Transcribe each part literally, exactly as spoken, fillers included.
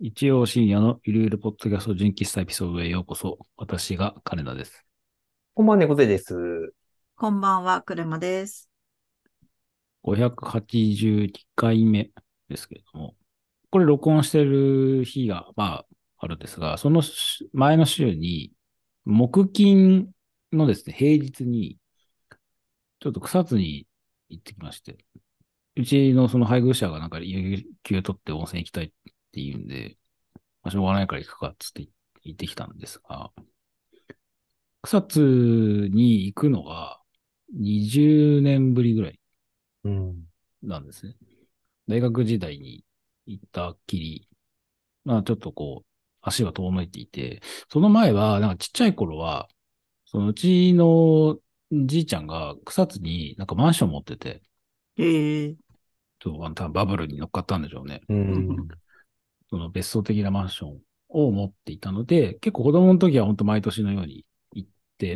一応深夜のゆるゆるポッドキャスト純喫茶エピソードへようこそ。私が金田です。 こんばんは、猫背です。 こんばんは、車です。 ごひゃくはちじゅうにかいめですけれども、これ録音してる日が、まあ、あるんですが、その前の週に、木金のですね、平日に、ちょっと草津に行ってきまして、うちのその配偶者がなんか有給取って温泉行きたいって言うんで、まあ、しょうがないから行くかっつって行ってきたんですが、草津に行くのがにじゅうねんぶりぐらいうん。 なんですね。大学時代に行ったっきり、まあちょっとこう、足が遠のいていて、その前は、なんかちっちゃい頃は、そのうちのじいちゃんが草津になんかマンション持ってて、 へえ。 ちょっとあの多分バブルに乗っかったんでしょうね。 ううんうんん。 その別荘的なマンションを持っていたので、結構子供の時は本当毎年のように行って、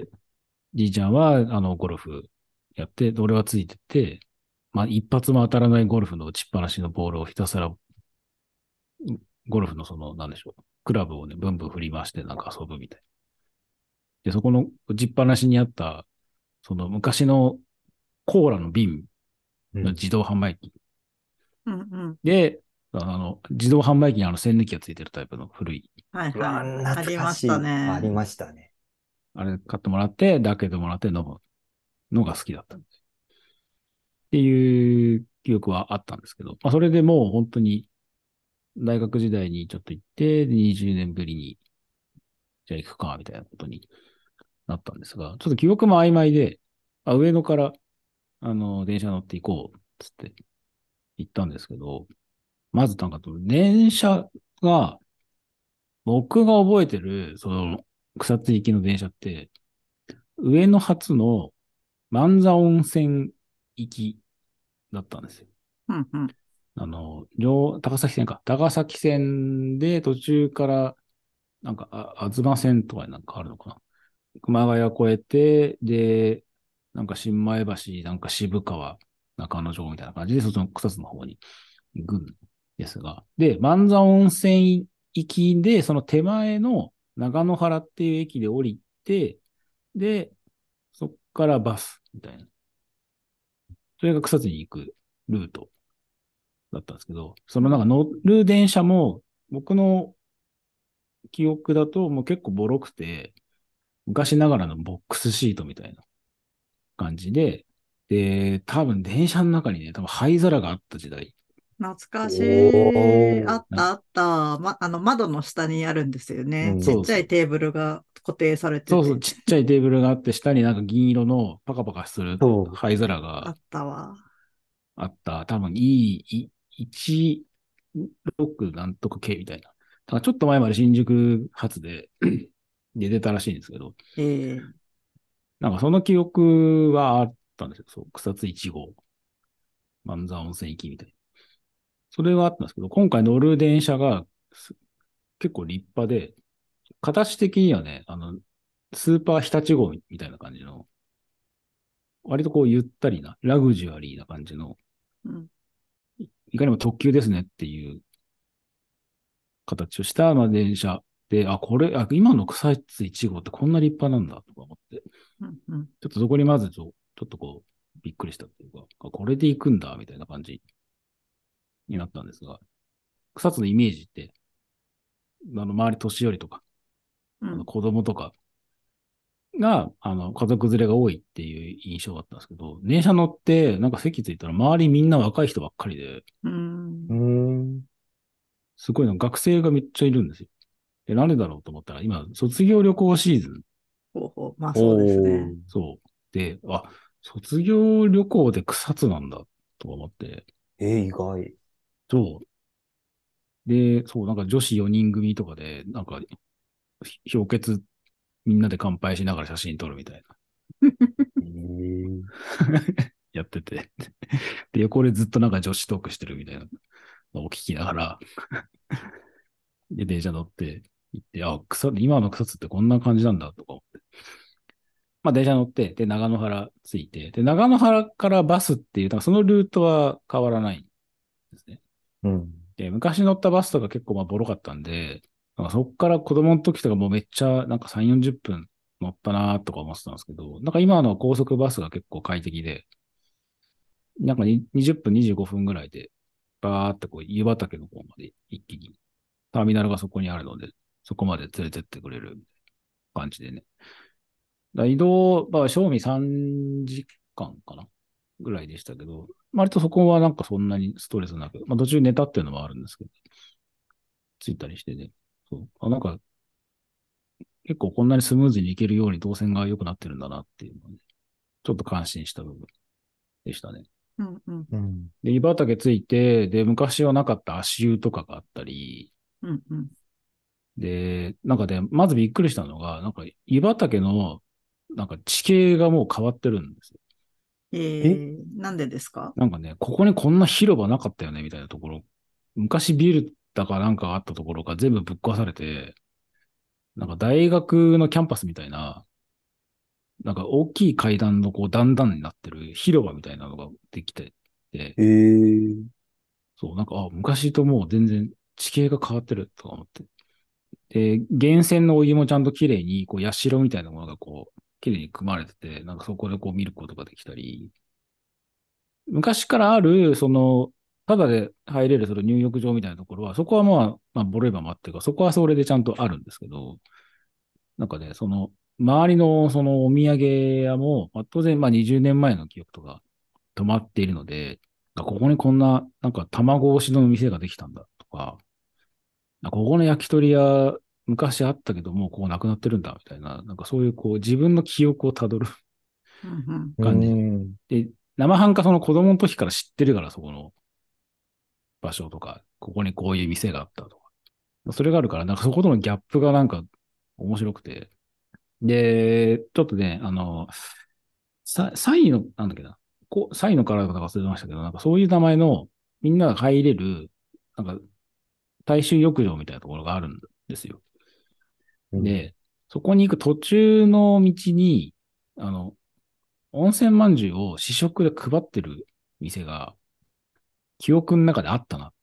じいちゃんはあのゴルフやって、俺はついてって、まあ一発も当たらないゴルフの打ちっぱなしのボールをひたすら、ゴルフのその、なんでしょう、クラブをね、ブンブン振り回してなんか遊ぶみたい。で、そこの打ちっぱなしにあった、その昔のコーラの瓶うん。 の自動販売機うんうん。 で、あの、自動販売機にあの栓抜きがついてるタイプの古い、 うわ、 はいはい。あ懐りましたかしい。ありね。 ましたね。 あれ買ってもらって、だけでもらって飲むのが好きだったんです。っていう記憶はあったんですけど、まあ、それでもう本当に大学時代にちょっと行って、にじゅうねんぶりに、じゃあ行くか、みたいなことになったんですが、ちょっと記憶も曖昧で、あ、上野から、あの、電車乗って行こう、つって行ったんですけど、まずなんか、電車が、僕が覚えてる、その、草津行きの電車って、上野発の万座温泉行きだったんですよ。 うんうん。 あの、上、高崎線か。高崎線で途中から、なんか、あ、東線とかになんかあるのかな。熊谷越えて、で、なんか新前橋、なんか渋川、中野城みたいな感じで、そっちの草津の方に行くんですが。で、万座温泉行きで、その手前の長野原っていう駅で降りて、で、そっからバスみたいな。それが草津に行くルートだったんですけど、そのなんか乗る電車も、僕の記憶だともう結構ボロくて、昔ながらのボックスシートみたいな感じで、で、多分電車の中にね、多分灰皿があった時代。 懐かしい。あおー。 ったあった。ま、あの、窓の下にあるんですよね。ちうん。 っそうそう。 ちゃいテーブルが固定されてそうそう、 て。 ちっちゃいテーブルがあって、下になんか銀色のパカパカするそ灰皿があったわ。 あった。多分いい、いいちろくなんとか系みたいな。だからちょっと前まで新宿発でで出たらしいんですけど、 ええ。 なんかその記憶はあったんですよ。そう、草津いち号、万座温泉行きみたいな。それはあったんですけど、今回乗る電車が結構立派で、形的にはね、あの、スーパー日立号みたいな感じの、割とこうゆったりな、ラグジュアリーな感じの、 うん。 いかにも特急ですねっていう形をした、まあ、電車で、あ、これ、あ、今の草津いち号ってこんな立派なんだとか思って、 うんうん。 ちょっとそこにまずちょ、ちょっとこう、びっくりしたっていうか、あ、これで行くんだ、みたいな感じになったんですが、草津のイメージって、あの、周り年寄りとか、 うん。 あの子供とかが、あの、家族連れが多いっていう印象だったんですけど、電車乗って、なんか席着いたら周りみんな若い人ばっかりで、 うう。うん。 ん。 すごいの学生がめっちゃいるんですよ。で、なんでだろうと思ったら、今、卒業旅行シーズン。 ほうほう。まあそうですね。 おー。 そう。で、あ、卒業旅行で草津なんだ、と思って。 えー、意外。 そう。で、そう、なんか女子よにん組とかで、なんか、氷結みんなで乾杯しながら写真撮るみたいな。 えー、 やってて。で、横でずっとなんか女子トークしてるみたいなのを聞きながら、で、電車乗って行って、あ、草、今の草津ってこんな感じなんだとか思って。まあ、電車乗って、で、長野原着いて、で、長野原からバスっていう、そのルートは変わらないんですね。 うん。 で、昔乗ったバスとか結構まあボロかったんで、なんかそっから子供の時とかもうめっちゃなんかさん、よんじゅっぷん乗ったなとか思ってたんですけど、なんか今の高速バスが結構快適で、なんかににじゅっぷん、にじゅうごふんぐらいで、バーってこう湯畑の方まで一気に、ターミナルがそこにあるので、そこまで連れてってくれる感じでね。だから移動、まあ、賞味さんじかんかなぐらいでしたけど、割とそこはなんかそんなにストレスなく、まあ途中寝たっていうのもあるんですけど、ついたりしてね。そう。あ、なんか結構こんなにスムーズにいけるように動線が良くなってるんだなっていうのね、ちょっと感心した部分でしたね。 うんうんうん。 で、湯畑ついて、で、昔はなかった足湯とかがあったり、 うんうん。 で、なんかね、まずびっくりしたのが、なんか湯畑の、なんか地形がもう変わってるんですよ。 ええー、なんでですか？ なんかね、ここにこんな広場なかったよね、みたいなところ。昔ビルだかなんかがあったところが全部ぶっ壊されて、なんか大学のキャンパスみたいな、なんか大きい階段のこう段々になってる広場みたいなのができてて、 えー、 そう、なんか、あ、昔ともう全然地形が変わってるとか思って。で、源泉のお湯もちゃんと綺麗に、こう、社みたいなものがこう、綺麗に組まれてて、なんかそこでこう見ることができたり、昔からある、その、ただで入れるその入浴場みたいなところは、そこはまあ、まあ、ボロいままっていうか、そこはそれでちゃんとあるんですけど、なんかね、その、周りのそのお土産屋も、まあ、当然まあにじゅうねんまえの記憶とか止まっているので、あここにこんな、なんか卵押しの店ができたんだとか、あここの焼き鳥屋昔あったけど、もうここなくなってるんだみたいな、なんかそういうこう自分の記憶をたどるうんうん。 う感じん。 で。で、生半可その子供の時から知ってるから、そこの場所とか、ここにこういう店があったとか。それがあるから、なんかそことのギャップがなんか面白くて。で、ちょっとね、あの、さ、サイの、なんだっけな、こう、サイのカラーとか忘れましたけど、なんかそういう名前のみんなが入れる、なんか大衆浴場みたいなところがあるんですよ。 うん。 で、そこに行く途中の道に、あの、温泉まんじゅうを試食で配ってる店が記憶の中であったなって。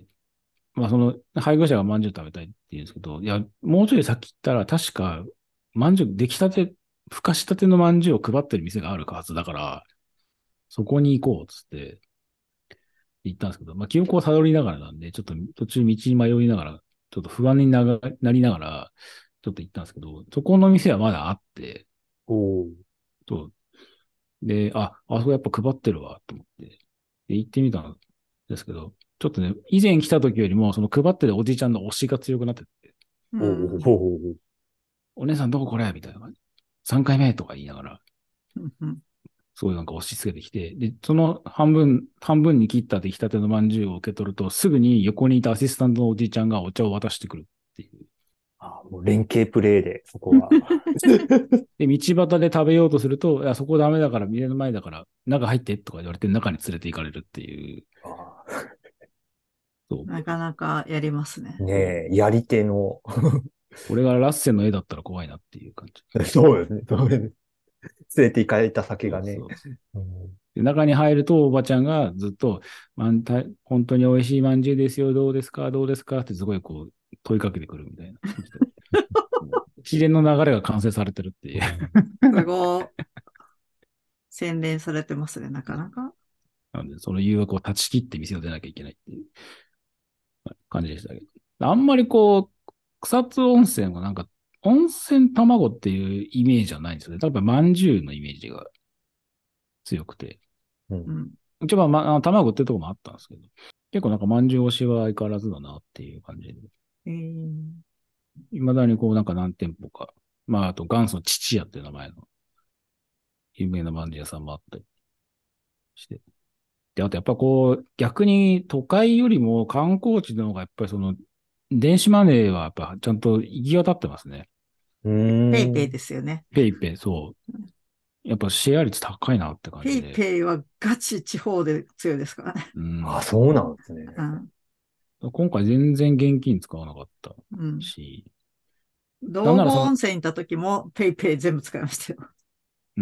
まあその、配偶者がまんじゅう食べたいって言うんですけど、いや、もうちょい先行ったら確か、まんじゅう、出来たて、ふかしたてのまんじゅうを配ってる店があるはずだから、そこに行こうっつって行ったんですけど、まあ記憶をたどりながらなんで、ちょっと途中道に迷いながら、ちょっと不安にながなりながら、ちょっと行ったんですけど、そこの店はまだあって、 おー。 そうで、あ、あそこやっぱ配ってるわ、と思って。で、行ってみたんですけど、ちょっとね、以前来た時よりも、その配ってるおじいちゃんの推しが強くなってて、 うおー。 んおー。 お姉さんどここれみたいな感じ。さんかいめとか言いながら、 うんうん。 すごいなんか押し付けてきて、で、その半分、半分に切った出来たての饅頭を受け取ると、すぐに横にいたアシスタントのおじいちゃんがお茶を渡してくるっていう。 あ、もう連携プレーで、そこは。 で、道端で食べようとすると、いや、そこダメだから、家の前だから、中入ってとか言われて中に連れて行かれるっていう。 あそう。 なかなかやりますね。 ーねえ、やり手の。 これがラッセンの絵だったら怖いなっていう感じ。 そうですね。そうですね。連れて行かれた先そうがね。 そうそう。 うん。 で中に入ると、おばちゃんがずっと、まんた本当に美味しいまんじゅうですよ、どうですか、どうですかってすごいこう問いかけてくるみたいな。一連の流れが完成されてるっていう。 すごい洗練されてますね、なかなか。 なので、その誘惑を断ち切って店を出なきゃいけないっていう感じでしたけど。あんまりこう、草津温泉はなんか、温泉卵っていうイメージはないんですよね。多分、まんじゅうのイメージが強くて。 うん。 うん。 一応、まあ、まあ卵っていうところもあったんですけど、結構なんかまんじゅう推しは相変わらずだなっていう感じで。 えー、 未だにこうなんか何店舗か。まあ、あと元祖父屋っていう名前の有名なまんじゅう屋さんもあったりして。で、あとやっぱこう、逆に都会よりも観光地の方がやっぱりその、電子マネーはやっぱちゃんと行き渡ってますね。 うペイペイーん。 ですよね。 ペイペイ、そう。やっぱシェア率高いなって感ペイじで。 ペイはガチ地方で強いですからね。 うあ、 ん。 そうなんですね。 うん。 今回全然現金使わなかったうん。 し、なん道後ならその、 温泉行った時もペイペイ全部使いましたよ。 うん。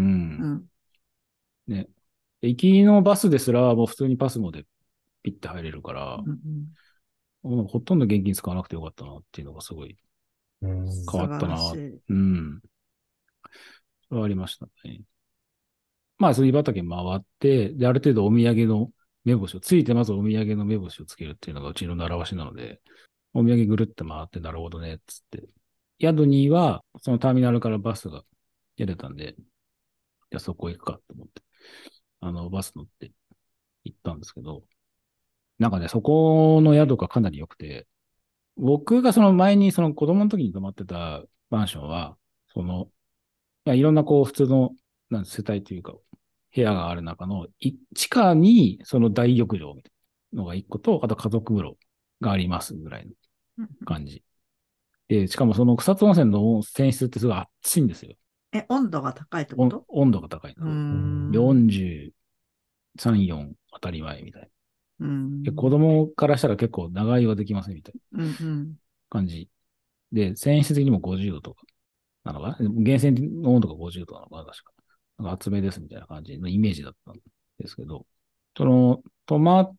うん。 ね。行きのバスですらもう普通にパスモでピッて入れるから、 うんもうほとんど現金使わなくてよかったなっていうのがすごいうん。 変素晴わったな。 らしい。 うん。それはありましたね。まあ、そういう畑回って、で、ある程度お土産の目星を、ついてまずお土産の目星をつけるっていうのがうちの習わしなので、お土産ぐるって回って、なるほどね、つって。宿には、そのターミナルからバスが出れたんで、じゃあそこ行くかと思って、あの、バス乗って行ったんですけど、なんかね、そこの宿がかなり良くて、僕がその前にその子供の時に泊まってたマンションは、その、いや、いろんなこう普通の、なん世帯というか、部屋がある中の、い地下にその大浴場みたいなのが一個と、あと家族風呂がありますぐらいのうん感じ。で、しかもその草津温泉の泉質ってすごい熱いんですよ。 え、温度が高いってこ温と？ 温度が高いうーの。 ん。 よんじゅうさん、よん当たり前みたいな。 うーで、子ん。 供からしたら結構長居はできませんみたいうんうん。 な感じ。で、泉質的にもごじゅうどとかなのかな、源泉の温度がごじゅうどなのかな確か。なんか厚めですみたいな感じのイメージだったんですけど、その、泊まった、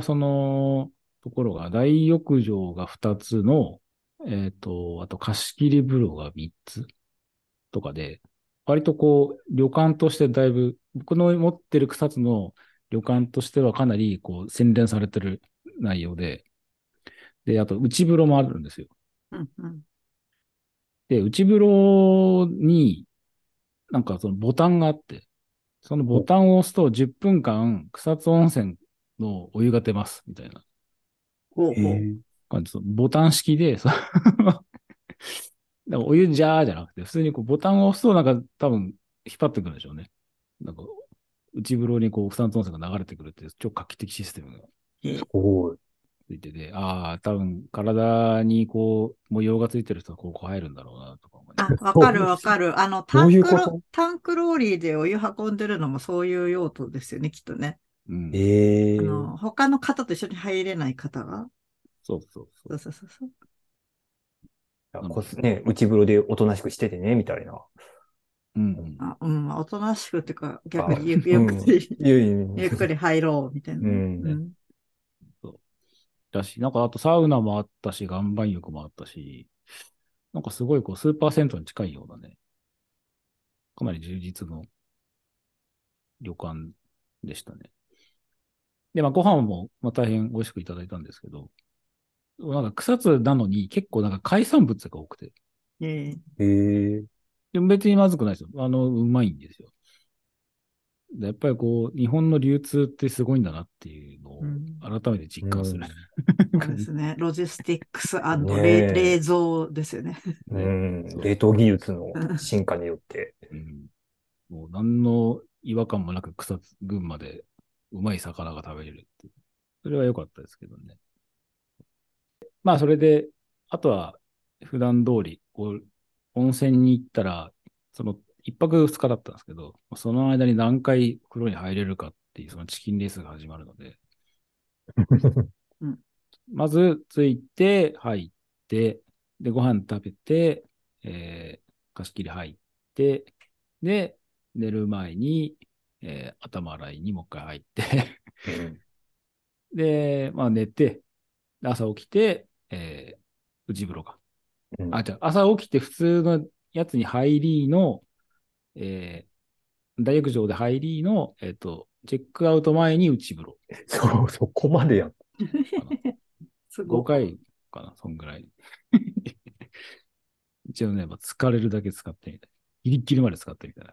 その、ところが、大浴場がふたつの、えっと、あと貸し切り風呂がみっつとかで、割とこう、旅館としてだいぶ、僕の持ってる草津の旅館としてはかなりこう洗練されてる内容で、で、あと内風呂もあるんですよ。 うんうん。 で、内風呂になんかそのボタンがあって、そのボタンを押すとじゅっぷんかん草津温泉のお湯が出ますみたいなほうほえー、 感じ。ボタン式で、そだからお湯ジャーじゃなくて、普通にこうボタンを押すとなんか多分引っ張ってくるんでしょうね。なんか内風呂にこう、草津温泉が流れてくるっていう超画期的システムがう。えすごい。 ついてて、ああ、多分体にこう、模様がついてる人はここ入るんだろうなとか思いながあ、 ら。 わかるそう、 わかる。あの、 どうタンクロ、 いうこと？ タンクローリーでお湯運んでるのもそういう用途ですよね、きっとね。 うん。 ええ、 あの、他の方と一緒に入れない方が。 そうそうそそうそうそうそう。 う。なんで、 こすね、内風呂でおとなしくしててね、みたいな。 うんうん。 あ、うん、まあおとなしくっていうか、逆あ、 にゆ、ゆっくうん。 り、 いやいやいや、 ゆっくり入ろう、みたいなね。ううん。 ね。 ん。 そうだし、なんかあとサウナもあったし、岩盤浴もあったし、なんかすごいこう、スーパー銭湯に近いようなね、かなり充実の旅館でしたね。で、まあご飯も、まあ、大変美味しくいただいたんですけど、なんか草津なのに結構なんか海産物が多くて、 ええ、 ええ、 でも別にまずくないですよ。あの、うまいんですよ。でやっぱりこう、日本の流通ってすごいんだなっていうのをうん。 改めて実う感するん。 そうですね。ロジスティックスね冷、冷え。 蔵ですよね。 うね。 ん。 そう。 冷凍技術のうん進化によって。 うん。もう何の違和感もなく草津、群馬でうまい魚が食べれるっていう。それは良かったですけどね。まあそれで、あとは普段通り、こう、温泉に行ったら、その一泊二日だったんですけど、その間に何回風呂に入れるかっていうそのチキンレースが始まるので、 うん。 まず着いて、入って、で、ご飯食べて、えー貸し切り入って、で、寝る前に、えー頭洗いにもう一回入ってうん。 で、まあ寝て、朝起きて、えー内風呂か。あ、 うん。 じゃあ朝起きて普通のやつに入りの、えー大浴場で入りの、えっと、チェックアウト前に内風呂そう、そこまでやっかな。 すご。 ごかいかな、そんぐらい。一応ね、まあ、疲れるだけ使ってみたい。ギリギリまで使ってみたいな。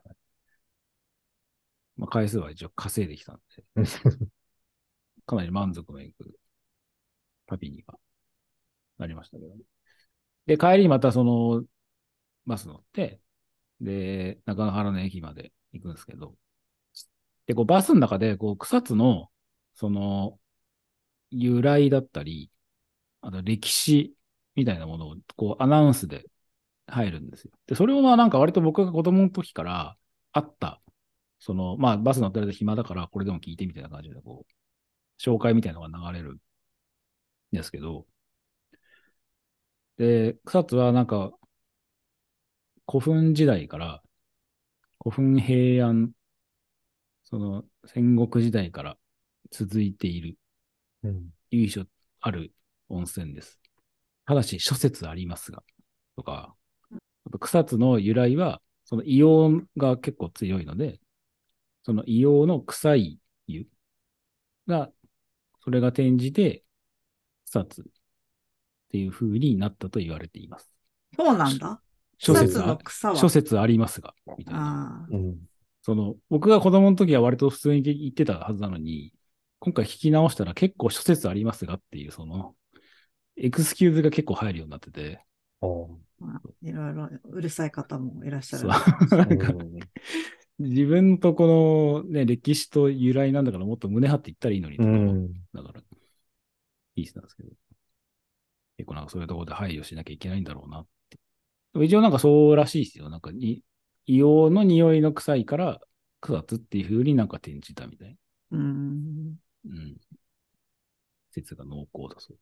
まあ、回数は一応稼いできたんで、 た。 かなり満足のいく旅にはなりましたけどね。で、帰りにまたそのバス乗って、で、中野原の駅まで行くんですけど、で、こうバスの中で、こう、草津の、その、由来だったり、あと歴史みたいなものを、こう、アナウンスで入るんですよ。で、それをまあなんか割と僕が子供の時からあった、その、まあバス乗ってると暇だからこれでも聞いてみたいな感じで、こう、紹介みたいなのが流れるんですけど、で、草津はなんか古墳時代から、古墳平安、その戦国時代から続いているうん。 由緒ある温泉です。ただし諸説ありますが、とか、あと草津の由来は、その硫黄が結構強いので、その硫黄の臭い湯が、それが転じて草津っていう風になったと言われています。 そうなんだ。 諸説あ、 草津の草は。 諸説ありますが、みたいな。 ああ。 うん。 その、僕が子供の時は割と普通に言ってたはずなのに、今回聞き直したら結構諸説ありますがっていう、その、エクスキューズが結構入るようになってて、 ああ。 まあいろいろうるさい方もいらっしゃるそう、 のかもしれない。 なんか、自分とこのね、歴史と由来なんだからもっと胸張って言ったらいいのにうとか思う。 ん。 だから、いい人なんですけど、結構なんかそういうところで配慮しなきゃいけないんだろうな。でも一応なんかそうらしいですよ。なんかに、硫黄の匂いの臭いから草津っていう風になんか転じたみたいな。 うん。 うん。説が濃厚だそうです。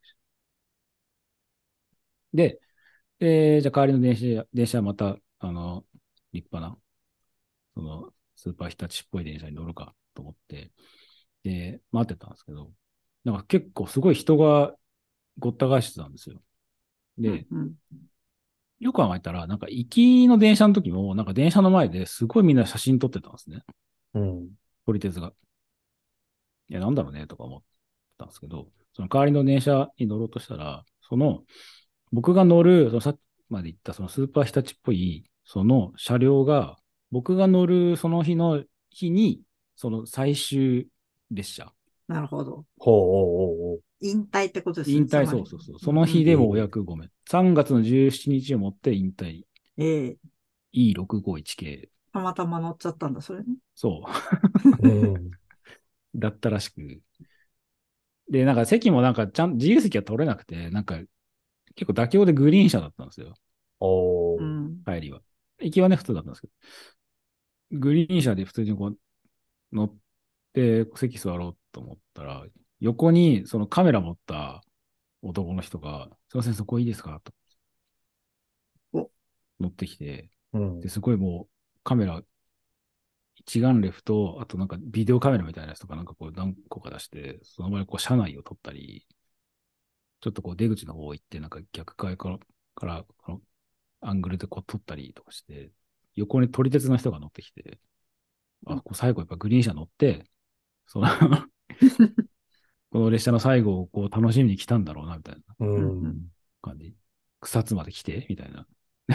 で、えーじゃあ代わりの電車、電車はまた、あの、立派な、その、スーパー日立っぽい電車に乗るかと思って、で、待ってたんですけど、なんか結構すごい人がごった返してたんですよ。で、 うん。 よく考えたら、なんか行きの電車の時も、なんか電車の前ですごいみんな写真撮ってたんですね。 うん。 撮り鉄が。いや、なんだろうね、とか思ったんですけど、その代わりの電車に乗ろうとしたら、その、僕が乗る、そのさっきまで言ったそのスーパー日立っぽい、その車両が、僕が乗るその日の日に、その最終列車。 なるほど。 ほうほうほ引退ってことですね。 引退、 つまり。 そうそうそう。そうんうん。 の日でもお役御免。さんがつのじゅうしちにちをもって引退。 ええイーろくごいち系。 たまたま乗っちゃったんだ、それね。 そう。うん。 う。だったらしく。で、なんか席もなんかちゃん、自由席は取れなくて、なんか結構妥協でグリーン車だったんですよ。 おー。 うん。 帰りは。行きはね、普通だったんですけど。グリーン車で普通にこう乗って席座ろうと思ったら、横にそのカメラ持った男の人が、すいません、そこいいですかとお、 乗ってきて、で、 うん。 すごいもうカメラ一眼レフと、あとなんかビデオカメラみたいなやつとかなんかこう何個か出して、その場でこう車内を撮ったり、ちょっとこう出口の方行ってなんか逆側から、からこのアングルでこう撮ったりとかして、横に撮り鉄の人が乗ってきて、あ、こう最後やっぱグリーン車乗って、そのこの列車の最後をこう楽しみに来たんだろうな、みたいなううんうん。 ん。 感じ。草津まで来て、みたいな。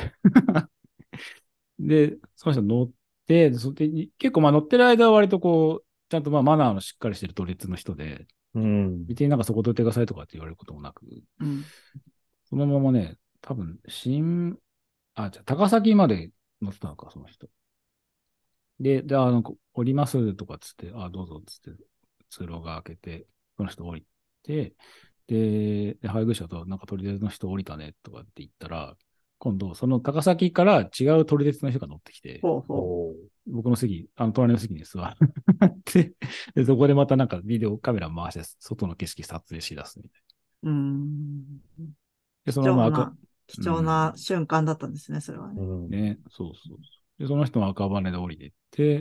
で、その人乗って、でそで結構まあ乗ってる間は割とこう、ちゃんとまあマナーのしっかりしてる統列の人で、 うん。 別になんかそこどいてくださいとかって言われることもなく、 うん。 そのままね、多分、新、あ、じゃあ高崎まで乗ってたのか、その人。で、で、あの、降りますとかっつって、あ、どうぞっつって、通路が開けて、その人降りて、で、で配偶者となんか取り鉄の人降りたねとかって言ったら、今度、その高崎から違う取り鉄の人が乗ってきて、 ほうほおー。 僕の席、あの、隣の席に座って、で、そこでまたなんかビデオカメラ回して、外の景色撮影し出すみたいう。うん。 な。で、そ貴のまま赤、 重な、貴重な瞬間だったんですね、それはね。 うん。 ね、そうそうそう。で、その人も赤羽で降りてって、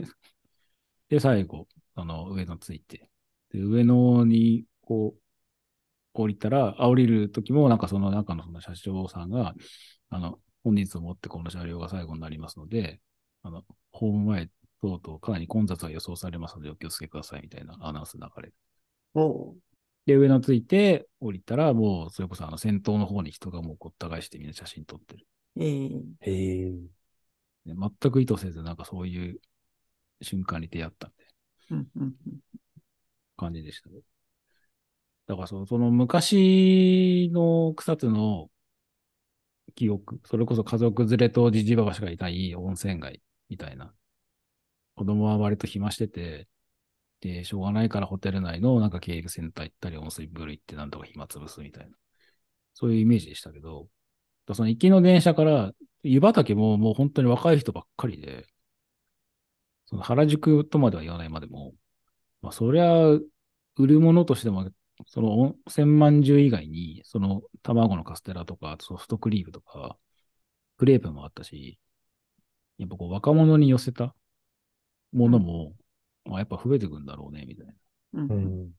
で、最後、あの、上野着いて、で、上野に、こう、降りたら、あ、降りる時も、なんかその中のその車掌さんが、あの、本日をもってこの車両が最後になりますので、あの、ホーム前等々かなり混雑が予想されますのでお気をつけくださいみたいなアナウンス流れる。 おう。 で、上野着いて降りたら、もうそれこそあの先頭の方に人がもうごった返してみんな写真撮ってる。 ええへえ。 で全く意図せず、なんかそういう瞬間に出会ったんで、 うんうん感じでしたね。だからその、その昔の草津の記憶、それこそ家族連れとじじばばしかいない温泉街みたいな。子供は割と暇してて、で、しょうがないからホテル内のなんか経理センター行ったり温水風呂行ってなんとか暇つぶすみたいな。そういうイメージでしたけど、その行きの電車から湯畑ももう本当に若い人ばっかりで、その原宿とまでは言わないまでも、まあそりゃ、売るものとしても、その温泉まんじゅう以外に、その卵のカステラとかソフトクリームとか、クレープもあったし、やっぱこう若者に寄せたもうん。 のも、まあ、やっぱ増えてくんだろうね、みたいなうんうんうん。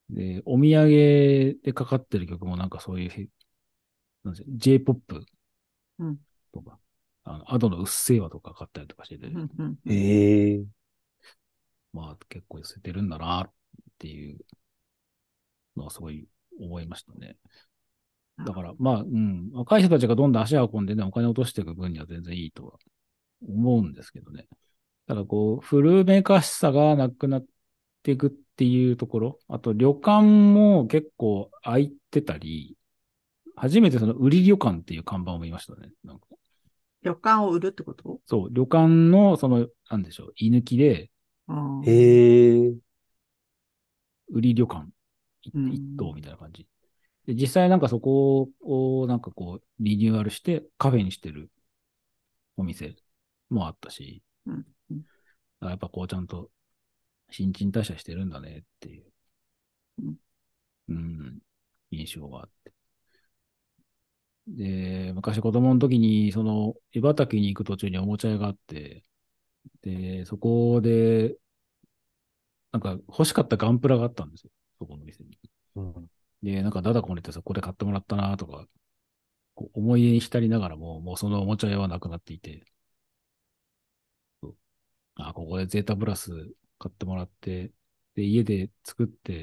で、お土産でかかってる曲もなんかそういう、なんですよ J-ジェイポップうん。 とか、あの、アドのうっせぇわとかかかったりとかしてて、 うん。うん。うん。 へえ。 まあ結構寄せてるんだなっていうのはすごい思いましたね。だからまあ、うん、若い人たちがどんどん足を運んでね、お金を落としていく分には全然いいとは思うんですけどね。ただこう、古めかしさがなくなっていくっていうところ、あと旅館も結構空いてたり、初めてその売り旅館っていう看板を見ましたね。なんか旅館を売るってこと？ そう、旅館のその、なんでしょう、居抜きで、 うん。 へえ。 売り旅館一う一棟ん。 みたいな感じ。で、実際なんかそこをなんかこう、リニューアルしてカフェにしてるお店もあったし、 うん。うん。 やっぱこうちゃんと新陳代謝してるんだねっていう、 うん。 うん、印象があって。で、昔子供の時に、その、湯畑に行く途中におもちゃ屋があって、で、そこで、なんか欲しかったガンプラがあったんですよ。そこの店に。 うん。 で、なんかダダこねてそこで買ってもらったなとか、こう思い出に浸りながらも、もうそのおもちゃ屋はなくなっていて、そうあ、ここでゼータプラス買ってもらって、で、家で作って、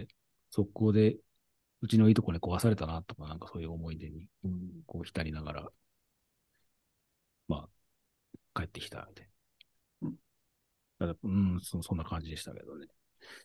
速攻でうちのいいとこに壊されたなとか、なんかそういう思い出に、うん、こう浸りながら、まあ、帰ってきたみたいうん。 な。だからうん、そ、そんな感じでしたけどね。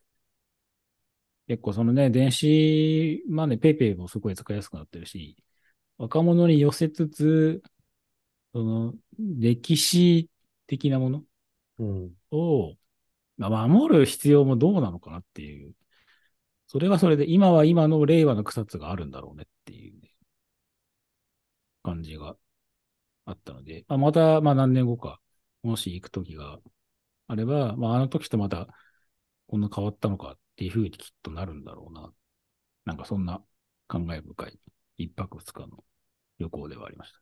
結構そのね、電子マネー、ペイペイもすごい使いやすくなってるし、若者に寄せつつ、その、歴史的なものうん。 を、まあ、守る必要もどうなのかなっていう。それはそれで、今は今の令和の草津があるんだろうねっていうね、感じがあったので、まあ、また、まあ何年後か、もし行く時があれば、まああの時とまたこんな変わったのかっていうふうにきっとなるんだろうな。なんかそんな感慨深い一泊二日の旅行ではありました。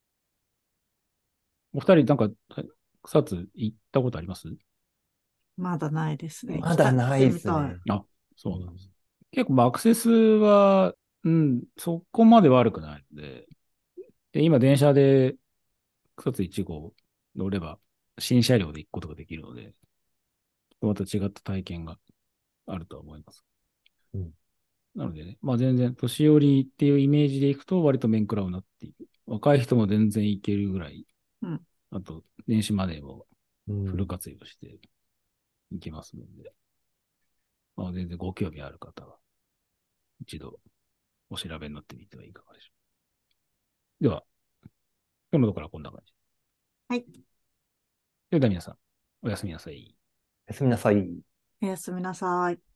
お二人、なんか、草津行ったことあります？ まだないですね。来た、 まだない来てみたい。 ですね。 あ、そうん。 うなんです。結構、まあアクセスは、うん、そこまで悪くないので、で、今電車で草津いち号乗れば、新車両で行くことができるので、また違った体験があるとは思います。 うん。 なのでね、まあ全然、年寄りっていうイメージで行くと割と面食らうなっていう。若い人も全然行けるぐらい、 うん。 あと、電子マネーをフルうん。 活用して行けますので、まあ全然ご興味ある方は、一度お調べになってみてはいかがでしょう。では、今日のところはこんな感じ。 はい。 では皆さん、おやすみなさい。 おやすみなさい。 おやすみなさい。